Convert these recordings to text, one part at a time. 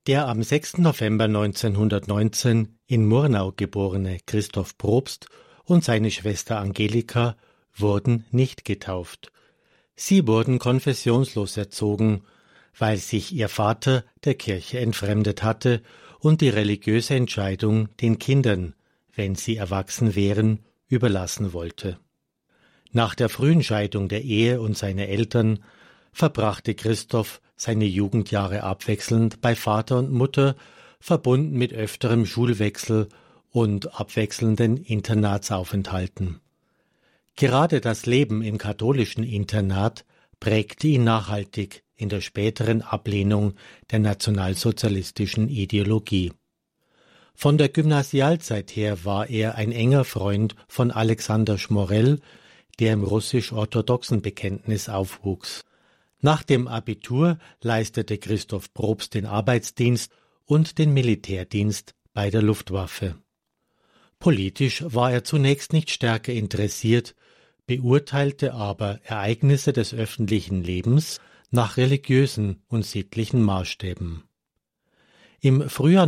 Der am 6. November 1919 in Murnau geborene Christoph Probst und seine Schwester Angelika wurden nicht getauft. Sie wurden konfessionslos erzogen, weil sich ihr Vater der Kirche entfremdet hatte und die religiöse Entscheidung den Kindern, wenn sie erwachsen wären, überlassen wollte. Nach der frühen Scheidung der Ehe und seiner Eltern verbrachte Christoph seine Jugendjahre abwechselnd bei Vater und Mutter, verbunden mit öfterem Schulwechsel und abwechselnden Internatsaufenthalten. Gerade das Leben im katholischen Internat prägte ihn nachhaltig in der späteren Ablehnung der nationalsozialistischen Ideologie. Von der Gymnasialzeit her war er ein enger Freund von Alexander Schmorell, der im russisch-orthodoxen Bekenntnis aufwuchs. Nach dem Abitur leistete Christoph Probst den Arbeitsdienst und den Militärdienst bei der Luftwaffe. Politisch war er zunächst nicht stärker interessiert, beurteilte aber Ereignisse des öffentlichen Lebens nach religiösen und sittlichen Maßstäben. Im Frühjahr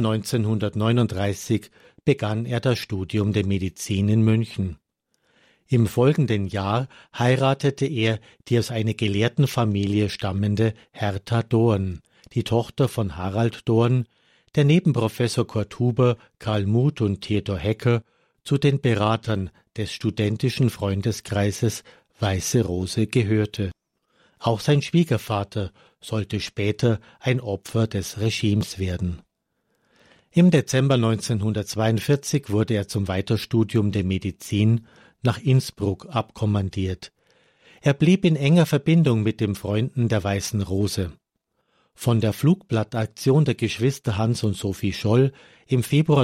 1939 begann er das Studium der Medizin in München. Im folgenden Jahr heiratete er die aus einer Gelehrtenfamilie stammende Hertha Dorn, die Tochter von Harald Dorn, der neben Professor Kurt Huber, Karl Muth und Theodor Hecker zu den Beratern des studentischen Freundeskreises Weiße Rose gehörte. Auch sein Schwiegervater sollte später ein Opfer des Regimes werden. Im Dezember 1942 wurde er zum Weiterstudium der Medizin nach Innsbruck abkommandiert. Er blieb in enger Verbindung mit den Freunden der Weißen Rose. Von der Flugblattaktion der Geschwister Hans und Sophie Scholl im Februar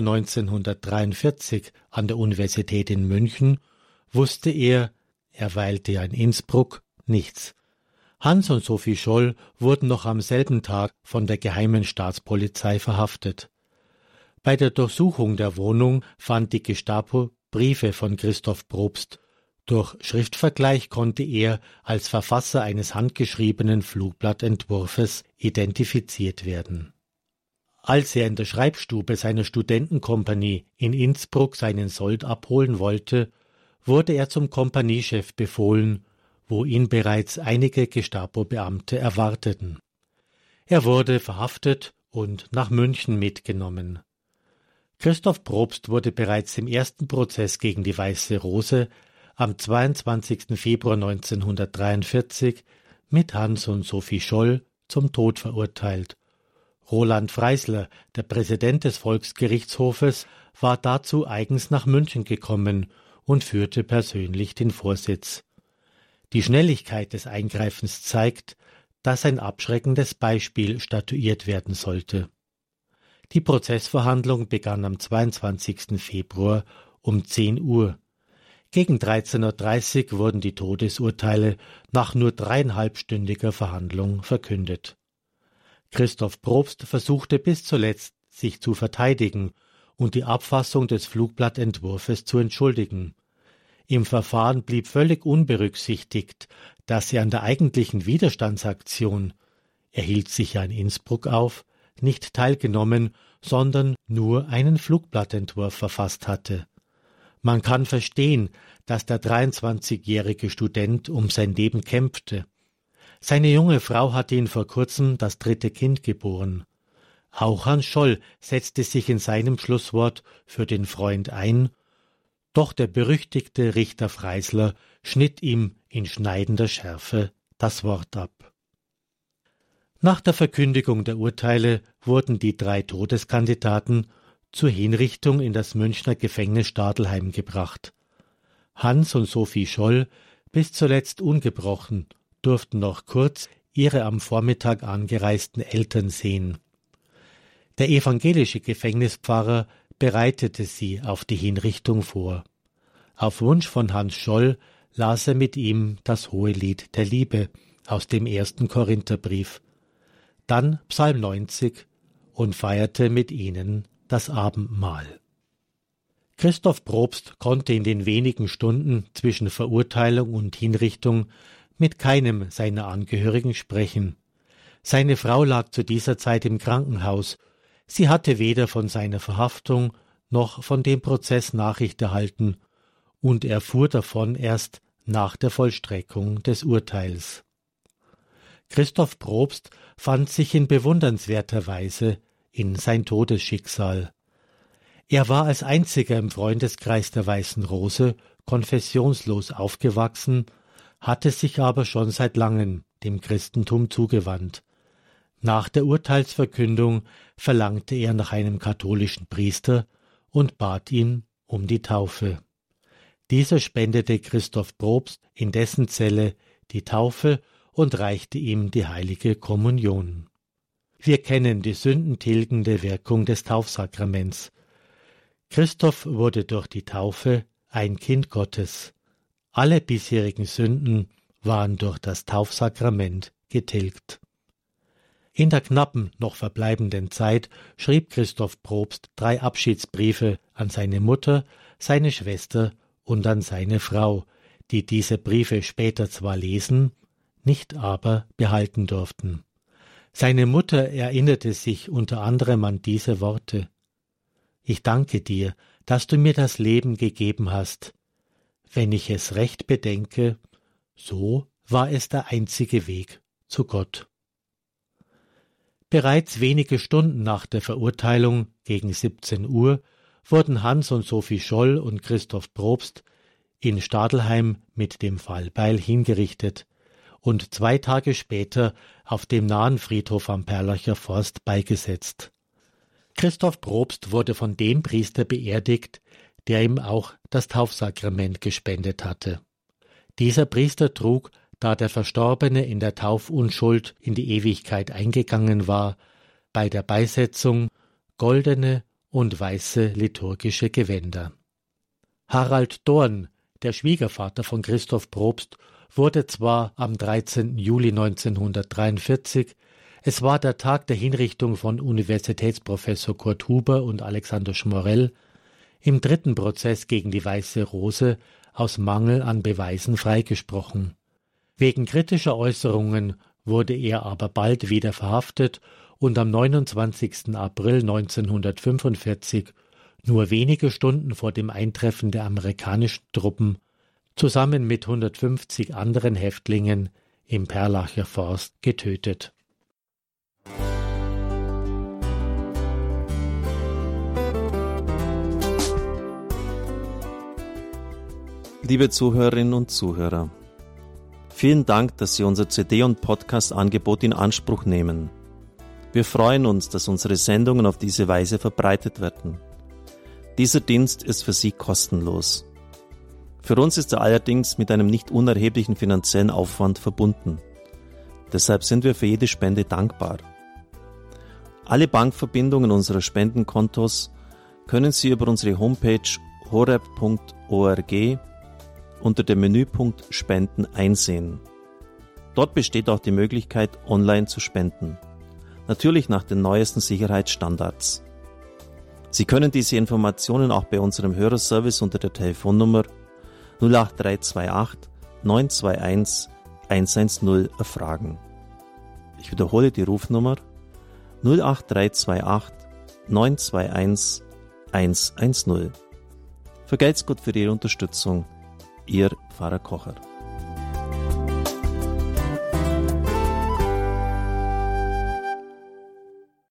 1943 an der Universität in München wusste er weilte ja in Innsbruck, nichts. Hans und Sophie Scholl wurden noch am selben Tag von der geheimen Staatspolizei verhaftet. Bei der Durchsuchung der Wohnung fand die Gestapo Briefe von Christoph Probst. Durch Schriftvergleich konnte er als Verfasser eines handgeschriebenen Flugblattentwurfes identifiziert werden. Als er in der Schreibstube seiner Studentenkompanie in Innsbruck seinen Sold abholen wollte, wurde er zum Kompaniechef befohlen, wo ihn bereits einige Gestapo-Beamte erwarteten. Er wurde verhaftet und nach München mitgenommen. Christoph Probst wurde bereits im ersten Prozess gegen die Weiße Rose am 22. Februar 1943 mit Hans und Sophie Scholl zum Tod verurteilt. Roland Freisler, der Präsident des Volksgerichtshofes, war dazu eigens nach München gekommen und führte persönlich den Vorsitz. Die Schnelligkeit des Eingreifens zeigt, dass ein abschreckendes Beispiel statuiert werden sollte. Die Prozessverhandlung begann am 22. Februar um 10 Uhr. Gegen 13.30 Uhr wurden die Todesurteile nach nur 3,5-stündiger Verhandlung verkündet. Christoph Probst versuchte bis zuletzt, sich zu verteidigen und die Abfassung des Flugblattentwurfes zu entschuldigen. Im Verfahren blieb völlig unberücksichtigt, dass er an der eigentlichen Widerstandsaktion, er hielt sich ja in Innsbruck auf, nicht teilgenommen, sondern nur einen Flugblattentwurf verfasst hatte. Man kann verstehen, dass der 23-jährige Student um sein Leben kämpfte. Seine junge Frau hatte ihn vor kurzem das 3. Kind geboren. Auch Hans Scholl setzte sich in seinem Schlusswort für den Freund ein, doch der berüchtigte Richter Freisler schnitt ihm in schneidender Schärfe das Wort ab. Nach der Verkündigung der Urteile wurden die 3 Todeskandidaten zur Hinrichtung in das Münchner Gefängnis Stadelheim gebracht. Hans und Sophie Scholl, bis zuletzt ungebrochen, durften noch kurz ihre am Vormittag angereisten Eltern sehen. Der evangelische Gefängnispfarrer bereitete sie auf die Hinrichtung vor. Auf Wunsch von Hans Scholl las er mit ihm das Hohelied der Liebe aus dem 1. Korintherbrief, dann Psalm 90 und feierte mit ihnen das Abendmahl. Christoph Probst konnte in den wenigen Stunden zwischen Verurteilung und Hinrichtung mit keinem seiner Angehörigen sprechen. Seine Frau lag zu dieser Zeit im Krankenhaus, Sie hatte weder von seiner Verhaftung noch von dem Prozess Nachricht erhalten und erfuhr davon erst nach der Vollstreckung des Urteils. Christoph Probst fand sich in bewundernswerter Weise in sein Todesschicksal. Er war als einziger im Freundeskreis der Weißen Rose konfessionslos aufgewachsen, hatte sich aber schon seit langem dem Christentum zugewandt. Nach der Urteilsverkündung verlangte er nach einem katholischen Priester und bat ihn um die Taufe. Dieser spendete Christoph Probst in dessen Zelle die Taufe und reichte ihm die heilige Kommunion. Wir kennen die sündentilgende Wirkung des Taufsakraments. Christoph wurde durch die Taufe ein Kind Gottes. Alle bisherigen Sünden waren durch das Taufsakrament getilgt. In der knappen noch verbleibenden Zeit schrieb Christoph Probst 3 Abschiedsbriefe an seine Mutter, seine Schwester und an seine Frau, die diese Briefe später zwar lesen, nicht aber behalten durften. Seine Mutter erinnerte sich unter anderem an diese Worte: »Ich danke dir, dass du mir das Leben gegeben hast. Wenn ich es recht bedenke, so war es der einzige Weg zu Gott.« Bereits wenige Stunden nach der Verurteilung, gegen 17 Uhr, wurden Hans und Sophie Scholl und Christoph Probst in Stadelheim mit dem Fallbeil hingerichtet und 2 Tage später auf dem nahen Friedhof am Perlacher Forst beigesetzt. Christoph Probst wurde von dem Priester beerdigt, der ihm auch das Taufsakrament gespendet hatte. Dieser Priester trug, da der Verstorbene in der Taufunschuld in die Ewigkeit eingegangen war, bei der Beisetzung goldene und weiße liturgische Gewänder. Harald Dorn, der Schwiegervater von Christoph Probst, wurde zwar am 13. Juli 1943, es war der Tag der Hinrichtung von Universitätsprofessor Kurt Huber und Alexander Schmorell, im 3. Prozess gegen die Weiße Rose aus Mangel an Beweisen freigesprochen. Wegen kritischer Äußerungen wurde er aber bald wieder verhaftet und am 29. April 1945, nur wenige Stunden vor dem Eintreffen der amerikanischen Truppen, zusammen mit 150 anderen Häftlingen im Perlacher Forst getötet. Liebe Zuhörerinnen und Zuhörer, vielen Dank, dass Sie unser CD- und Podcast-Angebot in Anspruch nehmen. Wir freuen uns, dass unsere Sendungen auf diese Weise verbreitet werden. Dieser Dienst ist für Sie kostenlos. Für uns ist er allerdings mit einem nicht unerheblichen finanziellen Aufwand verbunden. Deshalb sind wir für jede Spende dankbar. Alle Bankverbindungen unserer Spendenkontos können Sie über unsere Homepage horeb.org unter dem Menüpunkt Spenden einsehen. Dort besteht auch die Möglichkeit, online zu spenden. Natürlich nach den neuesten Sicherheitsstandards. Sie können diese Informationen auch bei unserem Hörerservice unter der Telefonnummer 08328 921 110 erfragen. Ich wiederhole die Rufnummer 08328 921 110. Vergelt's Gott für Ihre Unterstützung. Ihr Pfarrer Kocher.